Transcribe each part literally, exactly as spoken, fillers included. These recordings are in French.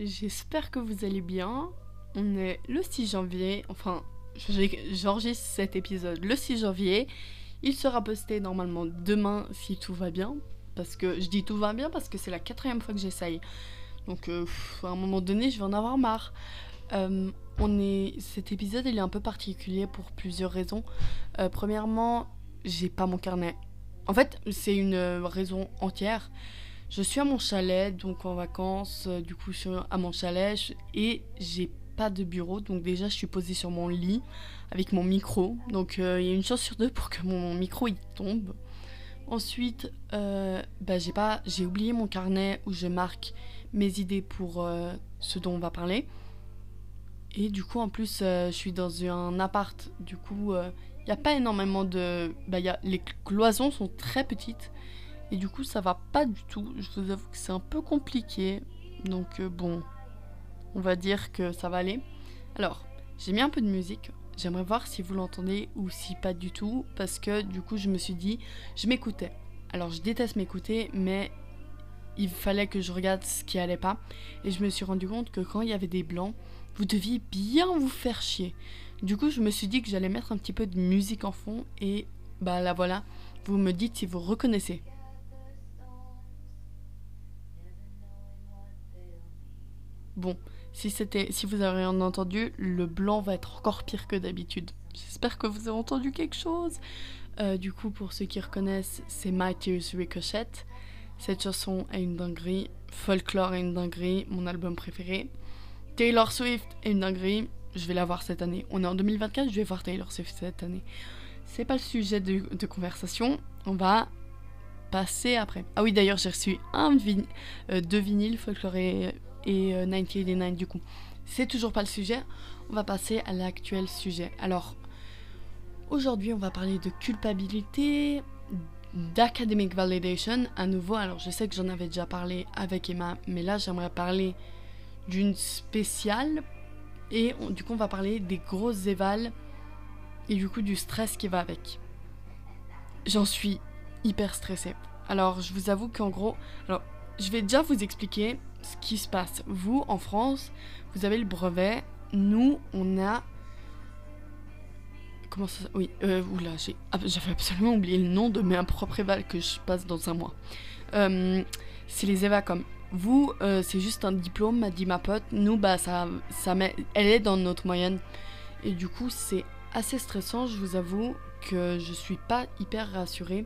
j'espère que vous allez bien. On est le six janvier, enfin, j'enregistre cet épisode le six janvier. Il sera posté normalement demain si tout va bien. Parce que, je dis tout va bien parce que c'est la quatrième fois que j'essaye. Donc, euh, pff, à un moment donné, je vais en avoir marre. Euh, on est... Cet épisode, il est un peu particulier pour plusieurs raisons. Euh, premièrement, j'ai pas mon carnet. En fait, c'est une raison entière. Je suis à mon chalet, donc en vacances, euh, du coup, je suis à mon chalet, je- et j'ai pas de bureau, donc déjà, je suis posée sur mon lit avec mon micro. Donc, euh, il y a une chance sur deux pour que mon micro il tombe. Ensuite, euh, bah, j'ai pas, j'ai oublié mon carnet où je marque mes idées pour euh, ce dont on va parler. Et du coup, en plus, euh, je suis dans un appart. Du coup, il n'y a pas énormément de... Bah, y a... Les cloisons sont très petites. Et du coup, ça va pas du tout. Je vous avoue que c'est un peu compliqué. Donc, euh, bon, on va dire que ça va aller. Alors, j'ai mis un peu de musique. J'aimerais voir si vous l'entendez ou si pas du tout. Parce que du coup, je me suis dit, je m'écoutais. Alors, je déteste m'écouter, mais il fallait que je regarde ce qui allait pas. Et je me suis rendu compte que quand il y avait des blancs, vous deviez bien vous faire chier. Du coup, je me suis dit que j'allais mettre un petit peu de musique en fond. Et bah là voilà, vous me dites si vous reconnaissez. Bon, si c'était, si vous avez rien entendu, le blanc va être encore pire que d'habitude. J'espère que vous avez entendu quelque chose. Euh, du coup, pour ceux qui reconnaissent, c'est My Tears Ricochet. Cette chanson est une dinguerie. Folklore est une dinguerie, mon album préféré. Taylor Swift est une dinguerie. Je vais la voir cette année. On est en deux mille vingt-quatre, je vais voir Taylor Swift cette année. C'est pas le sujet de, de conversation. On va passer après. Ah oui, d'ailleurs, j'ai reçu un vin- euh, deux vinyles, Folklore et, et euh, mille neuf cent quatre-vingt-dix-neuf du coup. C'est toujours pas le sujet. On va passer à l'actuel sujet. Alors, aujourd'hui, on va parler de culpabilité, d'academic validation à nouveau. Alors, je sais que j'en avais déjà parlé avec Emma, mais là, j'aimerais parler d'une spéciale. Et on- du coup, on va parler des grosses évals et du coup du stress qui va avec. J'en suis hyper stressée. Alors, je vous avoue qu'en gros, alors, je vais déjà vous expliquer ce qui se passe. Vous, en France, vous avez le brevet. Nous, on a... Comment ça... Oui, euh, oula, j'ai... ah, j'avais absolument oublié le nom de mes propres évals que je passe dans un mois. Euh, c'est les évacom. Vous, euh, c'est juste un diplôme, m'a dit ma pote. Nous, bah, ça, ça met... elle est dans notre moyenne. Et du coup, c'est assez stressant, je vous avoue, que je suis pas hyper rassurée.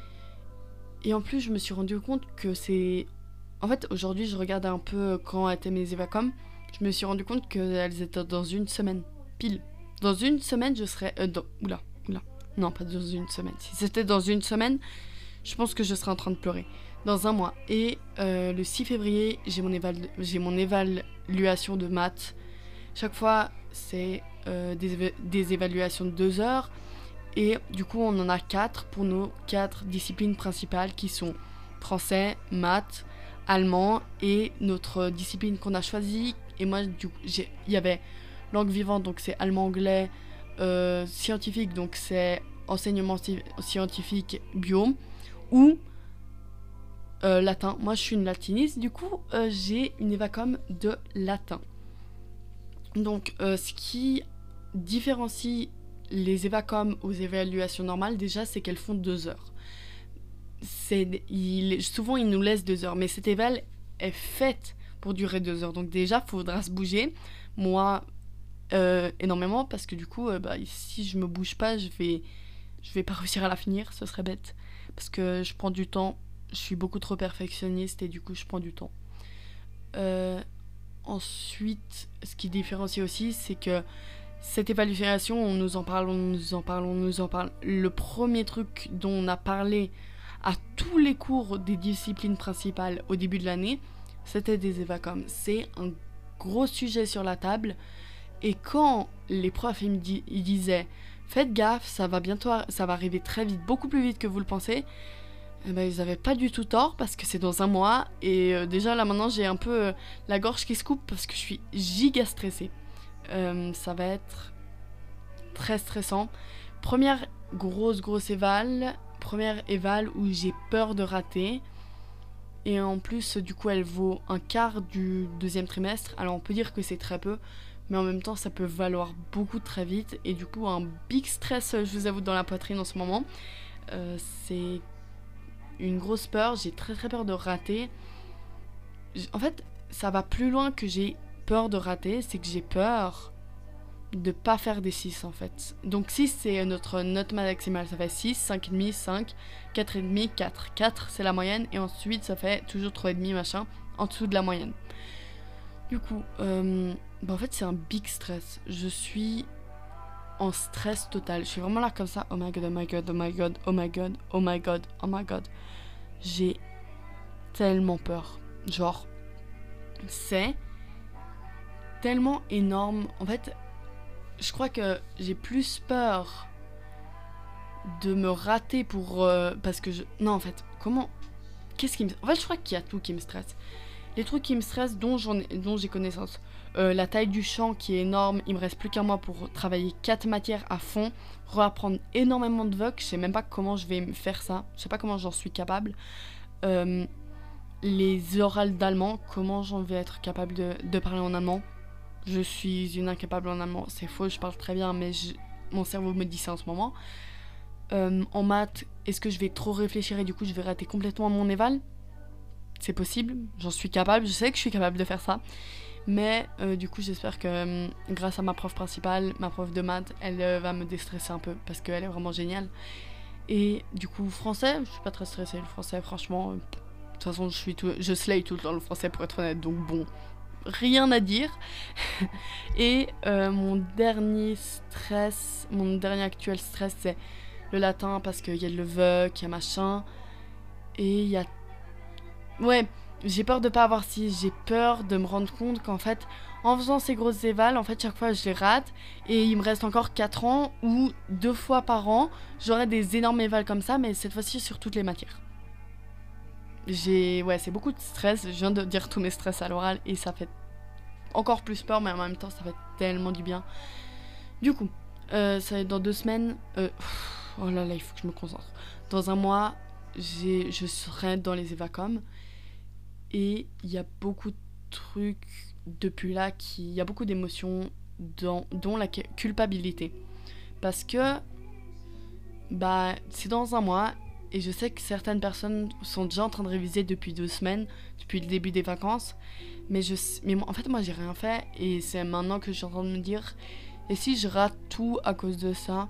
Et en plus, je me suis rendu compte que c'est... En fait, aujourd'hui, je regardais un peu quand étaient mes évacom. Je me suis rendu compte qu'elles étaient dans une semaine. Pile. Dans une semaine, je serais... Euh, dans... Oula, oula. Non, pas dans une semaine. Si c'était dans une semaine, je pense que je serais en train de pleurer. Dans un mois. Et euh, le six février, j'ai mon, éval... j'ai mon évaluation de maths. Chaque fois, c'est euh, des, éva- des évaluations de deux heures. Et du coup, on en a quatre pour nos quatre disciplines principales qui sont français, maths, allemand et notre discipline qu'on a choisie. Et moi, du coup, j'ai- il y avait langue vivante, donc c'est allemand-anglais, euh, scientifique, donc c'est enseignement sci- scientifique bio, ou euh, latin. Moi, je suis une latiniste, du coup, euh, j'ai une évacom de latin. Donc, euh, ce qui différencie les évacom aux évaluations normales, déjà, c'est qu'elles font deux heures. C'est, il, souvent, ils nous laissent deux heures, mais cette éval est faite pour durer deux heures. Donc, déjà, il faudra se bouger. Moi, euh, énormément, parce que du coup, euh, bah, si je me bouge pas, je vais, je vais pas réussir à la finir, ce serait bête. Parce que je prends du temps, je suis beaucoup trop perfectionniste et du coup, je prends du temps. Euh, Ensuite, ce qui différencie aussi, c'est que cette évaluation, on nous en parle, on nous en parle, on nous en parle. Le premier truc dont on a parlé à tous les cours des disciplines principales au début de l'année, c'était des évacom. C'est un gros sujet sur la table. Et quand les profs ils me di- ils disaient faites gaffe, ça va bientôt, ar- ça va arriver très vite, beaucoup plus vite que vous le pensez, eh ben, ils avaient pas du tout tort parce que c'est dans un mois. Et euh, déjà là maintenant j'ai un peu euh, la gorge qui se coupe parce que je suis giga stressée. Euh, ça va être très stressant. Première grosse grosse éval, première éval où j'ai peur de rater. Et en plus, du coup, elle vaut un quart du deuxième trimestre. Alors on peut dire que c'est très peu, mais en même temps, ça peut valoir beaucoup très vite. Et du coup, un big stress, je vous avoue, dans la poitrine en ce moment. Euh, c'est une grosse peur. J'ai très très peur de rater. En fait, ça va plus loin que j'ai peur de rater. C'est que j'ai peur de pas faire des six en fait. Donc six c'est notre note maximale, ça fait six, cinq virgule cinq, quatre virgule cinq, quatre. quatre c'est la moyenne et ensuite ça fait toujours trois virgule cinq machin en dessous de la moyenne. Du coup, euh, bah en fait c'est un big stress. Je suis en stress total. Je suis vraiment là comme ça. Oh my god, oh my god, oh my god, oh my god, oh my god, oh my god. J'ai tellement peur. Genre, c'est tellement énorme. En fait, je crois que j'ai plus peur de me rater pour... Euh, parce que je... Non, en fait, comment... Qu'est-ce qui me... En fait, je crois qu'il y a tout qui me stresse. Les trucs qui me stressent dont, j'en ai, dont j'ai connaissance. Euh, la taille du champ qui est énorme. Il me reste plus qu'un mois pour travailler quatre matières à fond. Reapprendre énormément de voc. Je sais même pas comment je vais faire ça. Je sais pas comment j'en suis capable. Euh, les orales d'allemand. Comment j'en vais être capable de, de parler en allemand. Je suis une incapable en allemand, c'est faux, je parle très bien, mais je... mon cerveau me dit ça en ce moment. Euh, en maths, est-ce que je vais trop réfléchir et du coup je vais rater complètement mon éval? C'est possible, j'en suis capable, je sais que je suis capable de faire ça. Mais euh, du coup j'espère que euh, grâce à ma prof principale, ma prof de maths, elle euh, va me déstresser un peu parce qu'elle est vraiment géniale. Et du coup français, je suis pas très stressée, le français franchement, euh, de toute façon je, suis tout... je slay tout le temps le français pour être honnête, donc bon... Rien à dire. Et euh, mon dernier stress, mon dernier actuel stress, c'est le latin parce qu'il y a le voc, il y a machin. Et il y a... Ouais, j'ai peur de pas avoir si. J'ai peur de me rendre compte qu'en fait, en faisant ces grosses évals, en fait, chaque fois je les rate. Et il me reste encore quatre ans où deux fois par an, j'aurai des énormes évals comme ça, mais cette fois-ci sur toutes les matières. J'ai... Ouais, c'est beaucoup de stress. Je viens de dire tous mes stress à l'oral et ça fait encore plus peur, mais en même temps, ça fait tellement du bien. Du coup, euh, ça va être dans deux semaines. Euh... Oh là là, il faut que je me concentre. Dans un mois, j'ai... je serai dans les évacom. Et il y a beaucoup de trucs depuis là qui... Il y a beaucoup d'émotions, dans... dont la culpabilité. Parce que... Bah, c'est dans un mois... Et je sais que certaines personnes sont déjà en train de réviser depuis deux semaines, depuis le début des vacances. Mais, je, mais moi, en fait, moi, j'ai rien fait. Et c'est maintenant que je suis en train de me dire, et si je rate tout à cause de ça?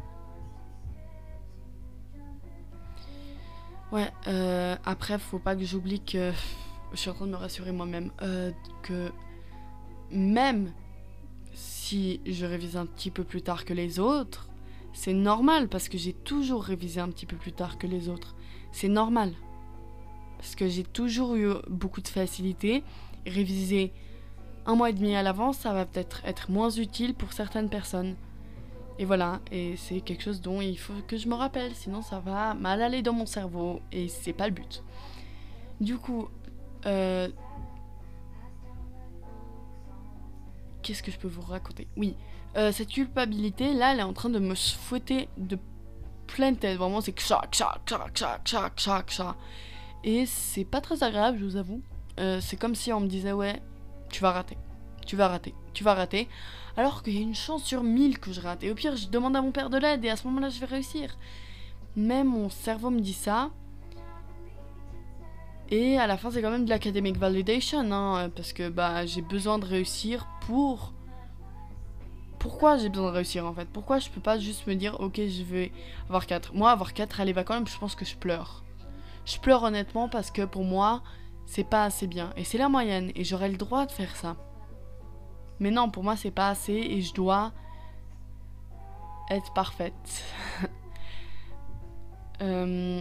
Ouais, euh, après, faut pas que j'oublie que... Je suis en train de me rassurer moi-même. Euh, que même si je révise un petit peu plus tard que les autres... C'est normal parce que j'ai toujours révisé un petit peu plus tard que les autres. C'est normal. Parce que j'ai toujours eu beaucoup de facilité. Réviser un mois et demi à l'avance, ça va peut-être être moins utile pour certaines personnes. Et voilà, et c'est quelque chose dont il faut que je me rappelle, sinon ça va mal aller dans mon cerveau et c'est pas le but. Du coup, euh... qu'est-ce que je peux vous raconter? Oui. Euh, cette culpabilité, là, elle est en train de me fouetter de pleine tête. Vraiment, c'est kcha, kcha, kcha, kcha, kcha, kcha, kcha. Et c'est pas très agréable, je vous avoue. Euh, c'est comme si on me disait, ouais, tu vas rater, tu vas rater, tu vas rater. Alors qu'il y a une chance sur mille que je rate. Et au pire, je demande à mon père de l'aide et à ce moment-là, je vais réussir. Mais mon cerveau me dit ça. Et à la fin, c'est quand même de l'academic validation, hein, parce que bah, j'ai besoin de réussir pour... Pourquoi j'ai besoin de réussir en fait? Pourquoi je peux pas juste me dire ok je vais avoir quatre? Moi avoir quatre à les vacances, je pense que je pleure. Je pleure honnêtement parce que pour moi c'est pas assez bien. Et c'est la moyenne et j'aurais le droit de faire ça. Mais non, pour moi c'est pas assez et je dois être parfaite. euh...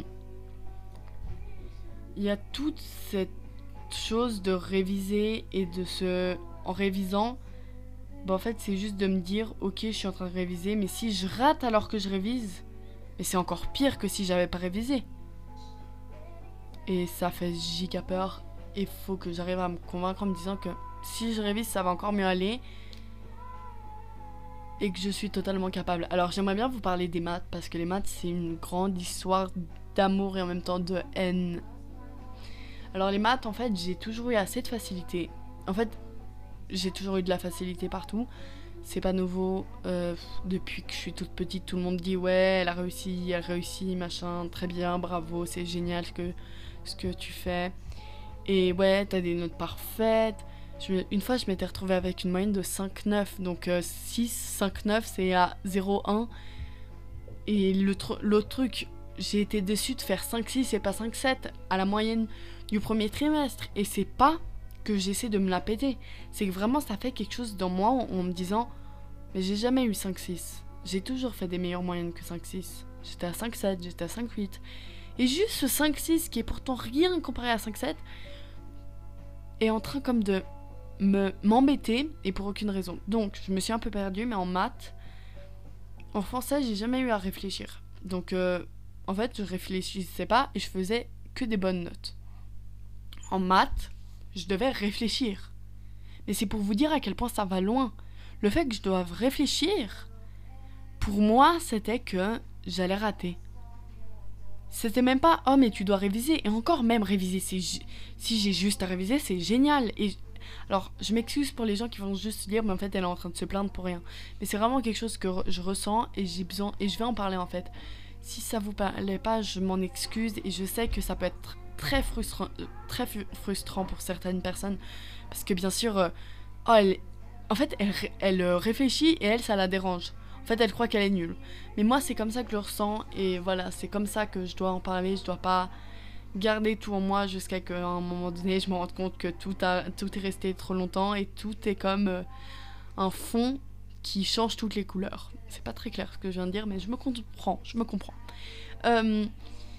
Il y a toute cette chose de réviser et de se... En révisant... Bah en fait c'est juste de me dire ok je suis en train de réviser, mais si je rate alors que je révise, mais c'est encore pire que si j'avais pas révisé. Et ça fait giga peur. Et faut que j'arrive à me convaincre en me disant que si je révise ça va encore mieux aller. Et que je suis totalement capable. Alors j'aimerais bien vous parler des maths, parce que les maths c'est une grande histoire d'amour et en même temps de haine. Alors les maths, en fait, j'ai toujours eu assez de facilité. En fait, j'ai toujours eu de la facilité partout. C'est pas nouveau. Euh, depuis que je suis toute petite, tout le monde dit ouais, elle a réussi, elle réussit, machin, très bien, bravo, c'est génial ce que, ce que tu fais. Et ouais, t'as des notes parfaites. Je, une fois, je m'étais retrouvée avec une moyenne de cinq neuf. Donc euh, six, cinq, neuf, c'est à zéro un. Et l'autre truc, j'ai été déçue de faire cinq six et pas cinq sept à la moyenne du premier trimestre. Et c'est pas que j'essaie de me la péter. C'est que vraiment, ça fait quelque chose dans moi en, en me disant mais j'ai jamais eu cinq six. J'ai toujours fait des meilleures moyennes que cinq six. J'étais à cinq sept, j'étais à cinq huit. Et juste ce cinq six qui est pourtant rien comparé à cinq sept est en train comme de me m'embêter et pour aucune raison. Donc je me suis un peu perdue, mais en maths, en français, j'ai jamais eu à réfléchir. Donc euh, en fait, je réfléchissais pas et je faisais que des bonnes notes. En maths, je devais réfléchir. Mais c'est pour vous dire à quel point ça va loin. Le fait que je doive réfléchir, pour moi, c'était que j'allais rater. C'était même pas « Oh, mais tu dois réviser ». Et encore, même réviser, c'est si j'ai juste à réviser, c'est génial. Et alors, je m'excuse pour les gens qui vont juste se dire « Mais en fait, elle est en train de se plaindre pour rien ». Mais c'est vraiment quelque chose que je ressens et j'ai besoin... Et je vais en parler, en fait. Si ça vous plaît pas, je m'en excuse. Et je sais que ça peut être très frustrant, très frustrant pour certaines personnes. Parce que, bien sûr, euh, oh, elle... en fait, elle, elle réfléchit et elle, ça la dérange. En fait, elle croit qu'elle est nulle. Mais moi, c'est comme ça que je le ressens. Et voilà, c'est comme ça que je dois en parler. Je dois pas garder tout en moi jusqu'à qu'à un moment donné, je me rende compte que tout, a, tout est resté trop longtemps. Et tout est comme euh, un fond qui change toutes les couleurs. C'est pas très clair ce que je viens de dire, mais je me comprends. Je me comprends. Euh,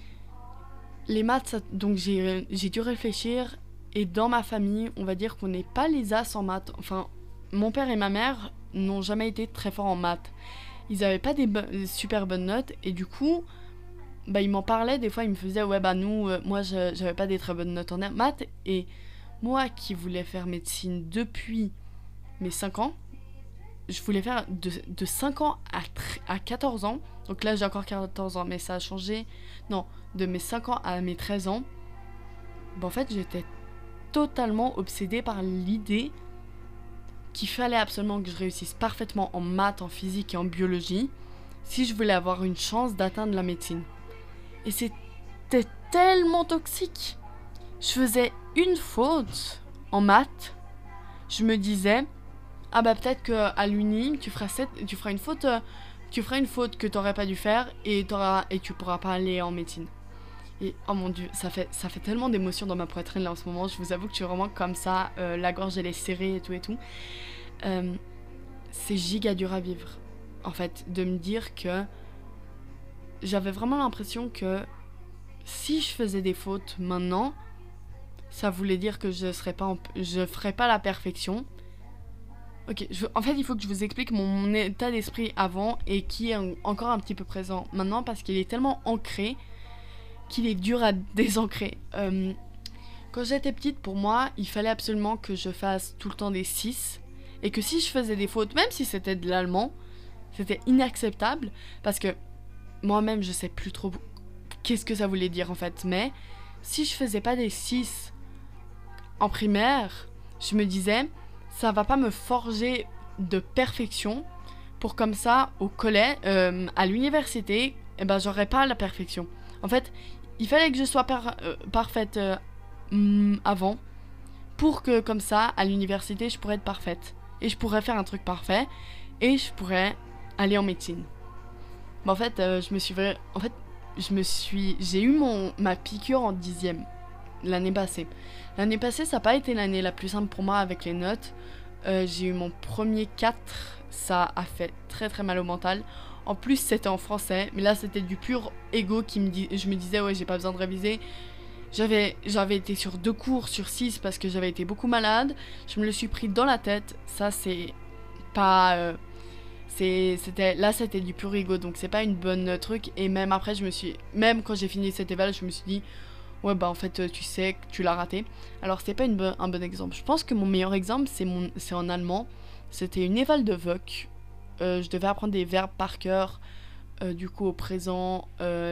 les maths, ça, donc j'ai dû réfléchir. Et dans ma famille, on va dire qu'on n'est pas les as en maths. Enfin, mon père et ma mère n'ont jamais été très forts en maths. Ils avaient pas des, des super bonnes notes et du coup, bah ils m'en parlaient des fois, ils me faisaient ouais bah nous, euh, moi je, j'avais pas des très bonnes notes en maths et moi qui voulais faire médecine depuis mes cinq ans, je voulais faire de, de cinq ans à, à quatorze ans, donc là j'ai encore quatorze ans mais ça a changé, non, de mes cinq ans à mes treize ans, bah en fait j'étais totalement obsédée par l'idée qu'il fallait absolument que je réussisse parfaitement en maths, en physique et en biologie si je voulais avoir une chance d'atteindre la médecine. Et c'était tellement toxique. Je faisais une faute en maths, je me disais ah bah peut-être qu'à l'uni tu feras cette, tu feras une faute, tu feras une faute que t'aurais pas dû faire et t'auras et tu pourras pas aller en médecine. Et oh mon dieu, ça fait, ça fait tellement d'émotions dans ma poitrine là en ce moment. Je vous avoue que je suis vraiment comme ça, euh, la gorge elle est serrée et tout et tout. Euh, c'est giga dur à vivre. En fait, de me dire que j'avais vraiment l'impression que si je faisais des fautes maintenant, ça voulait dire que je serais pas, en, je ferais pas la perfection. Ok, je, en fait, il faut que je vous explique mon, mon état d'esprit avant et qui est en, encore un petit peu présent maintenant parce qu'il est tellement ancré qu'il est dur à désancrer. Euh, quand j'étais petite, pour moi, il fallait absolument que je fasse tout le temps des six et que si je faisais des fautes, même si c'était de l'allemand, c'était inacceptable parce que moi-même, je sais plus trop qu'est-ce que ça voulait dire en fait, mais si je faisais pas des six en primaire, je me disais, ça va pas me forger de perfection pour comme ça, au collège, euh, à l'université, eh ben, j'aurais pas la perfection. En fait, il fallait que je sois par, euh, parfaite euh, mm, avant pour que comme ça, à l'université, je pourrais être parfaite. Et je pourrais faire un truc parfait et je pourrais aller en médecine. Mais en fait, euh, je me suis... En fait, je me suis... J'ai eu mon, ma piqûre en dixième l'année passée. L'année passée, ça n'a pas été l'année la plus simple pour moi avec les notes. Euh, j'ai eu mon premier quatre, ça a fait très très mal au mental. En plus, c'était en français, mais là, c'était du pur ego qui me dit... Je me disais, ouais, j'ai pas besoin de réviser. J'avais, j'avais été sur deux cours sur six parce que j'avais été beaucoup malade. Je me le suis pris dans la tête. Ça, c'est pas... Euh, c'est, c'était, là, c'était du pur ego, donc c'est pas une bonne truc. Et même après, je me suis... Même quand j'ai fini cette éval, je me suis dit... Ouais, bah en fait, tu sais que tu l'as raté. Alors, c'est pas une bo- un bon exemple. Je pense que mon meilleur exemple, c'est, mon, c'est en allemand. C'était une éval de Voc. Euh, je devais apprendre des verbes par cœur, euh, du coup au présent, euh,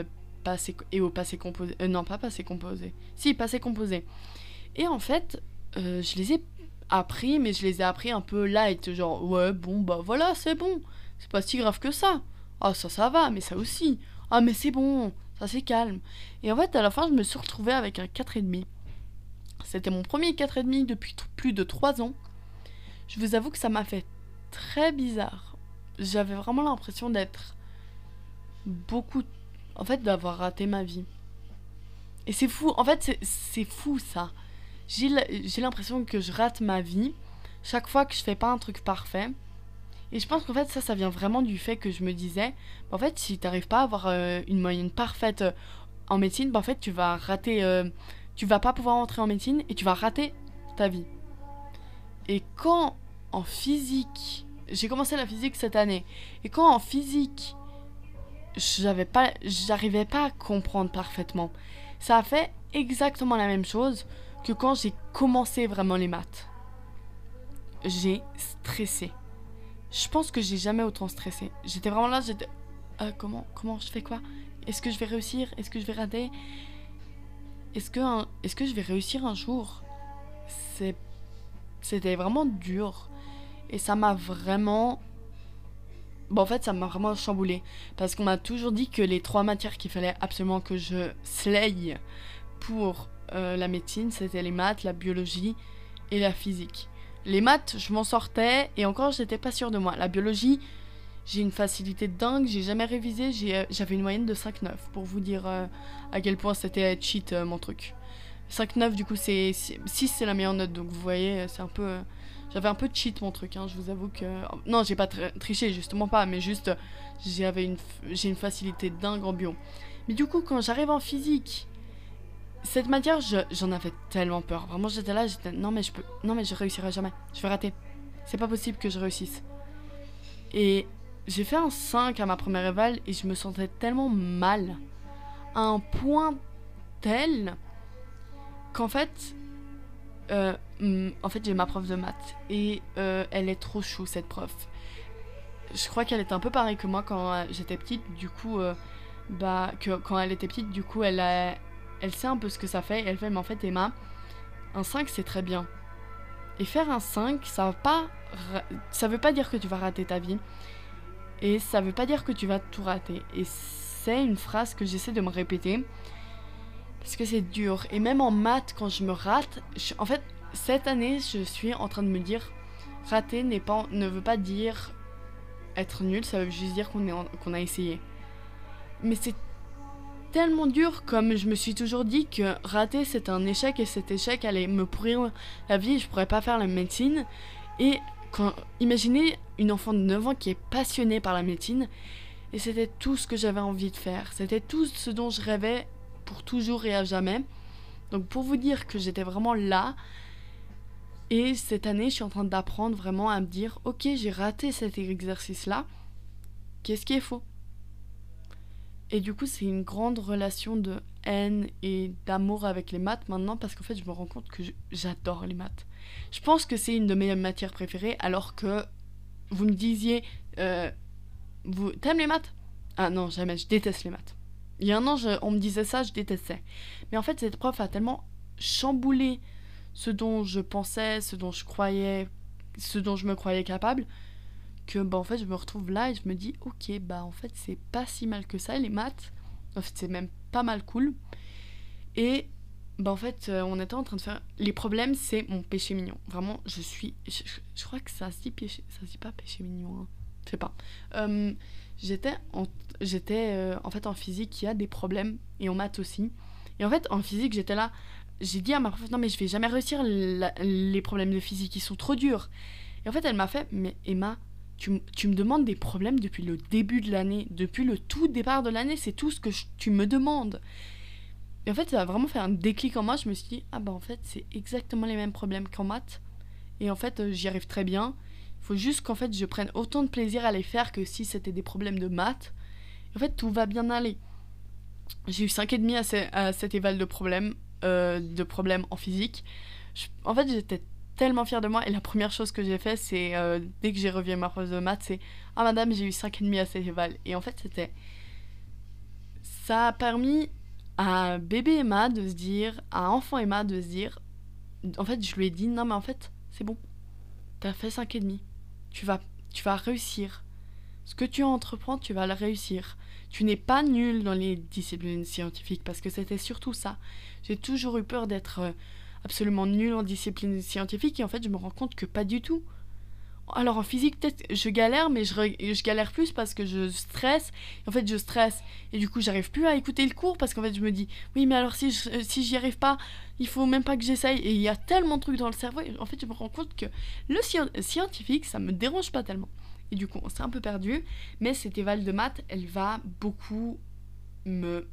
passé et au passé composé. Euh, non, pas passé composé. Si, passé composé. Et en fait, euh, je les ai appris, mais je les ai appris un peu light. Genre, ouais, bon, bah voilà, c'est bon. C'est pas si grave que ça. Ah, ça, ça va, mais ça aussi. Ah, mais c'est bon, ça c'est calme. Et en fait, à la fin, je me suis retrouvée avec un quatre virgule cinq. C'était mon premier quatre virgule cinq depuis t- plus de trois ans. Je vous avoue que ça m'a fait très bizarre. J'avais vraiment l'impression d'être beaucoup... En fait, d'avoir raté ma vie. Et c'est fou, en fait, c'est, c'est fou ça. J'ai, l- j'ai l'impression que je rate ma vie chaque fois que je fais pas un truc parfait. Et je pense qu'en fait, ça, ça vient vraiment du fait que je me disais, en fait, si t'arrives pas à avoir euh, une moyenne parfaite euh, en médecine, bah, en fait, tu vas rater... euh, tu vas pas pouvoir entrer en médecine et tu vas rater ta vie. Et quand en physique, j'ai commencé la physique cette année, et quand en physique, j'avais pas, j'arrivais pas à comprendre parfaitement, ça a fait exactement la même chose que quand j'ai commencé vraiment les maths. J'ai stressé. Je pense que j'ai jamais autant stressé. J'étais vraiment là, j'étais... Euh, comment, comment je fais quoi? Est-ce que je vais réussir? Est-ce que je vais rater? Est-ce que, un- est-ce que je vais réussir un jour? C'est, C'était vraiment dur. Et ça m'a vraiment... Bon, en fait, ça m'a vraiment chamboulé. Parce qu'on m'a toujours dit que les trois matières qu'il fallait absolument que je slay pour euh, la médecine, c'était les maths, la biologie et la physique. Les maths, je m'en sortais et encore, j'étais pas sûre de moi. La biologie, j'ai une facilité de dingue, j'ai jamais révisé, j'ai, euh, j'avais une moyenne de cinq virgule neuf pour vous dire euh, à quel point c'était cheat euh, mon truc. cinq virgule neuf, du coup, c'est six, c'est la meilleure note, donc vous voyez, c'est un peu... euh, J'avais un peu cheat mon truc, hein, je vous avoue que... Non, j'ai pas tri- triché, justement pas, mais juste, j'avais une, f- j'ai une facilité de dingue en bio. Mais du coup, quand j'arrive en physique, cette matière, je- j'en avais tellement peur. Vraiment, j'étais là, j'étais... Non, mais je peux... Non, mais je réussirai jamais. Je vais rater. C'est pas possible que je réussisse. Et j'ai fait un cinq à ma première éval et je me sentais tellement mal. À un point tel qu'en fait... euh, hum, en fait, j'ai ma prof de maths. Et euh, elle est trop chou, cette prof. Je crois qu'elle était un peu pareille que moi quand euh, j'étais petite. Du coup, euh, bah, que, quand elle était petite, du coup, elle, a, elle sait un peu ce que ça fait. Et elle fait, mais en fait, Emma, un cinq, c'est très bien. Et faire un cinq, ça va pas... ra- ça veut pas dire que tu vas rater ta vie. Et ça veut pas dire que tu vas tout rater. Et c'est une phrase que j'essaie de me répéter. Parce que c'est dur. Et même en maths, quand je me rate... je- en fait, cette année, je suis en train de me dire... Rater n'est pas, ne veut pas dire être nul, ça veut juste dire qu'on est en- qu'on a essayé. Mais c'est tellement dur, comme je me suis toujours dit que rater c'est un échec et cet échec allait me pourrir la vie et je pourrais pas faire la médecine. Et quand, imaginez une enfant de neuf ans qui est passionnée par la médecine et c'était tout ce que j'avais envie de faire. C'était tout ce dont je rêvais pour toujours et à jamais. Donc pour vous dire que j'étais vraiment là. Et cette année, je suis en train d'apprendre vraiment à me dire, ok, j'ai raté cet exercice-là, qu'est-ce qui est faux? Et du coup, c'est une grande relation de haine et d'amour avec les maths maintenant, parce qu'en fait, je me rends compte que je- j'adore les maths. Je pense que c'est une de mes matières préférées, alors que vous me disiez, euh, vous t'aimes les maths? Ah non, jamais, je déteste les maths. Il y a un an, je- on me disait ça, je détestais. Mais en fait, cette prof a tellement chamboulé ce dont je pensais, ce dont je croyais, ce dont je me croyais capable, que bah en fait je me retrouve là et je me dis ok bah en fait c'est pas si mal que ça les maths, en fait c'est même pas mal cool. Et bah en fait euh, on était en train de faire les problèmes, c'est mon péché mignon. Vraiment je suis, je, je- je crois que ça se dit péché, ça se dit pas péché mignon, hein. Je sais pas. Euh, j'étais en, j'étais euh, en fait en physique il y a des problèmes et en maths aussi. Et en fait en physique j'étais là. J'ai dit à ma prof, non mais je vais jamais réussir la- les problèmes de physique, ils sont trop durs. Et en fait, elle m'a fait, mais Emma, tu, m- tu me demandes des problèmes depuis le début de l'année, depuis le tout départ de l'année, c'est tout ce que je- tu me demandes. Et en fait, ça a vraiment fait un déclic en moi, je me suis dit, ah bah en fait, c'est exactement les mêmes problèmes qu'en maths. Et en fait, euh, j'y arrive très bien. Il faut juste qu'en fait, je prenne autant de plaisir à les faire que si c'était des problèmes de maths. Et en fait, tout va bien aller. J'ai eu cinq virgule cinq à, ce- à cet éval de problèmes, euh, de problèmes en physique. Je- en fait, j'étais tellement fière de moi. Et la première chose que j'ai fait, c'est, euh, dès que j'ai revu ma prof de maths, c'est « Ah madame, j'ai eu cinq virgule cinq à cet éval. » Et en fait, c'était... ça a permis à bébé Emma de se dire, à enfant Emma de se dire, en fait, je lui ai dit, non mais en fait, c'est bon, t'as fait cinq et demi, tu vas, tu vas réussir. Ce que tu entreprends, tu vas le réussir. Tu n'es pas nul dans les disciplines scientifiques, parce que c'était surtout ça. J'ai toujours eu peur d'être euh, absolument nul en disciplines scientifiques, et en fait, je me rends compte que pas du tout. Alors en physique, peut-être je galère, mais je, je galère plus parce que je stresse. En fait, je stresse. Et du coup, j'arrive plus à écouter le cours parce qu'en fait, je me dis, oui, mais alors si, je, si j'y arrive pas, il faut même pas que j'essaye. Et il y a tellement de trucs dans le cerveau. Et en fait, je me rends compte que le sci- scientifique, ça me dérange pas tellement. Et du coup, on s'est un peu perdu. Mais cette éval de maths, elle va beaucoup me...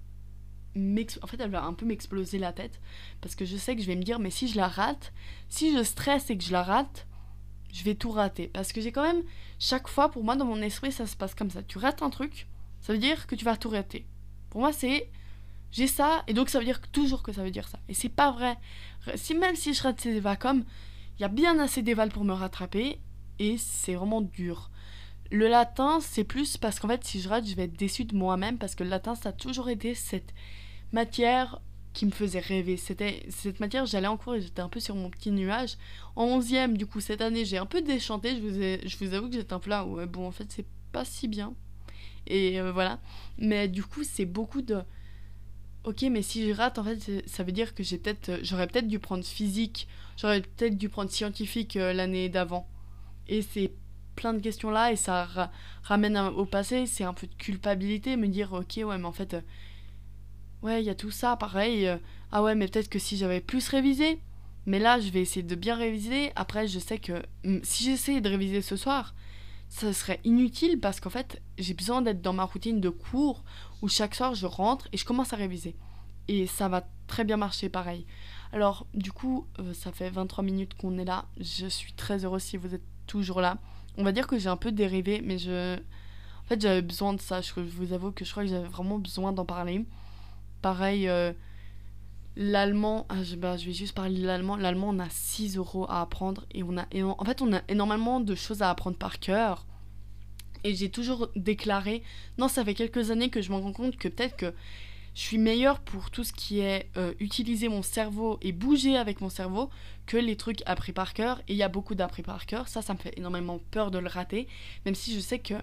En fait, elle va un peu m'exploser la tête. Parce que je sais que je vais me dire, mais si je la rate, si je stresse et que je la rate, je vais tout rater. Parce que j'ai quand même, chaque fois, pour moi, dans mon esprit, ça se passe comme ça. Tu rates un truc, ça veut dire que tu vas tout rater. Pour moi, c'est, j'ai ça, et donc ça veut dire que, toujours que ça veut dire ça. Et c'est pas vrai. Si, même si je rate ces évacom, il y a bien assez d'éval pour me rattraper, et c'est vraiment dur. Le latin, c'est plus parce qu'en fait, si je rate, je vais être déçue de moi-même, parce que le latin, ça a toujours été cette matière qui me faisait rêver. C'était cette matière, j'allais en cours et j'étais un peu sur mon petit nuage. En onzième, du coup, cette année, j'ai un peu déchanté. Je vous, ai, je vous avoue que j'étais un peu là. Ouais, bon, en fait, c'est pas si bien. Et euh, voilà. Mais du coup, c'est beaucoup de... Ok, mais si je rate, en fait, ça veut dire que j'ai peut-être, j'aurais peut-être dû prendre physique, j'aurais peut-être dû prendre scientifique euh, l'année d'avant. Et c'est plein de questions là, et ça ra- ramène au passé. C'est un peu de culpabilité, me dire, ok, ouais, mais en fait... euh, ouais, il y a tout ça, pareil. euh, ah ouais, mais peut-être que si j'avais plus révisé. Mais là, je vais essayer de bien réviser. Après, je sais que mm, si j'essayais de réviser ce soir, ça serait inutile parce qu'en fait, j'ai besoin d'être dans ma routine de cours où chaque soir, je rentre et je commence à réviser. Et ça va très bien marcher, pareil. Alors, du coup, euh, ça fait vingt-trois minutes qu'on est là. Je suis très heureuse si vous êtes toujours là. On va dire que j'ai un peu dérivé, mais je... En fait, j'avais besoin de ça. Je, je vous avoue que je crois que j'avais vraiment besoin d'en parler. Pareil, euh, l'allemand, ah, je, bah, je vais juste parler de l'allemand. L'allemand, on a six euros à apprendre et on a, et en fait, on a énormément de choses à apprendre par cœur. Et j'ai toujours déclaré, non, ça fait quelques années que je me rends compte que peut-être que je suis meilleure pour tout ce qui est euh, utiliser mon cerveau et bouger avec mon cerveau que les trucs appris par cœur. Et il y a beaucoup d'appris par cœur. Ça, ça me fait énormément peur de le rater. Même si je sais que,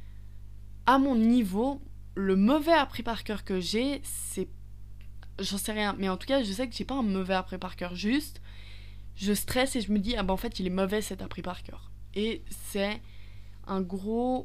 à mon niveau, le mauvais appris par cœur que j'ai, c'est... J'en sais rien. Mais en tout cas, je sais que j'ai pas un mauvais appris par cœur. Juste, je stresse et je me dis, ah ben en fait, il est mauvais cet appris par cœur. Et c'est un gros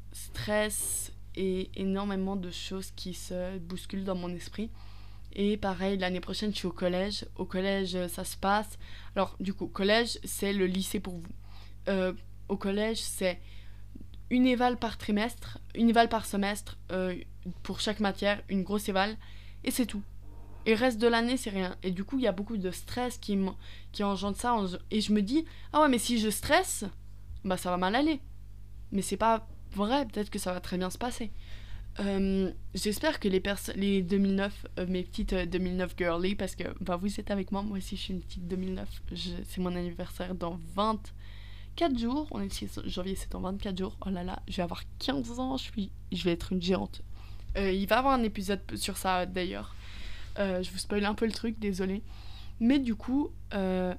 stress et énormément de choses qui se bousculent dans mon esprit. Et pareil, l'année prochaine, je suis au collège. Au collège, ça se passe. Alors, du coup, collège, c'est le lycée pour vous. Euh, au collège, c'est une éval par trimestre, une éval par semestre, euh, pour chaque matière, une grosse éval, et c'est tout. Et le reste de l'année, c'est rien. Et du coup, il y a beaucoup de stress qui, m- qui engendre ça. Et je me dis, ah ouais, mais si je stresse, bah ça va mal aller. Mais c'est pas vrai, peut-être que ça va très bien se passer. Euh, J'espère que les, perso- les deux mille neuf, euh, mes petites euh, deux mille neuf girly, parce que bah, vous êtes avec moi, moi aussi je suis une petite deux mille neuf. Je- c'est mon anniversaire dans vingt-quatre jours. On est le six janvier, c'est dans vingt-quatre jours. Oh là là, je vais avoir quinze ans, je, suis, je vais être une géante. Euh, il va y avoir un épisode sur ça d'ailleurs. Euh, je vous spoil un peu le truc, désolé. Mais du coup, euh,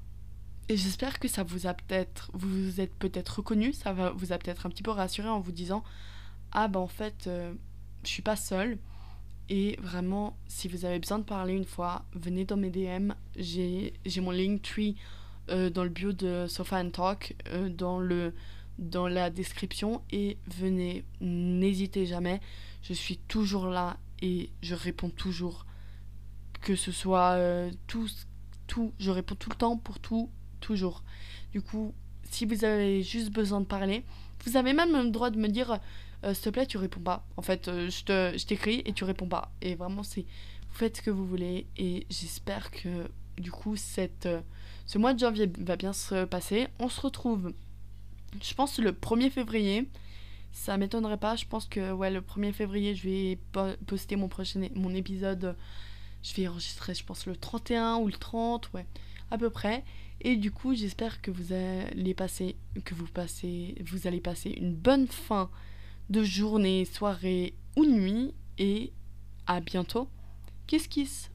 et j'espère que ça vous a peut-être, vous vous êtes peut-être reconnu, ça va, vous a peut-être un petit peu rassuré en vous disant, ah bah en fait, euh, je suis pas seule. Et vraiment, si vous avez besoin de parler une fois, venez dans mes D M. J'ai, j'ai mon Linktree euh, dans le bio de Sofa and Talk, euh, dans, le, dans la description. Et venez, n'hésitez jamais. Je suis toujours là et je réponds toujours. Que ce soit euh, tout, tout, je réponds tout le temps pour tout, toujours. Du coup, si vous avez juste besoin de parler, vous avez même le droit de me dire, euh, s'il te plaît, tu réponds pas. En fait, euh, je, te, je t'écris et tu réponds pas. Et vraiment, c'est, vous faites ce que vous voulez. Et j'espère que, du coup, cette, euh, ce mois de janvier va bien se passer. On se retrouve, je pense, le premier février. Ça m'étonnerait pas. Je pense que, ouais, le premier février, je vais po- poster mon prochain, é- mon épisode. Je vais enregistrer, je pense, le trente et un ou le trente, ouais, à peu près. Et du coup, j'espère que vous allez passer, que vous passez, vous allez passer une bonne fin de journée, soirée ou nuit. et à bientôt. Kiss kiss.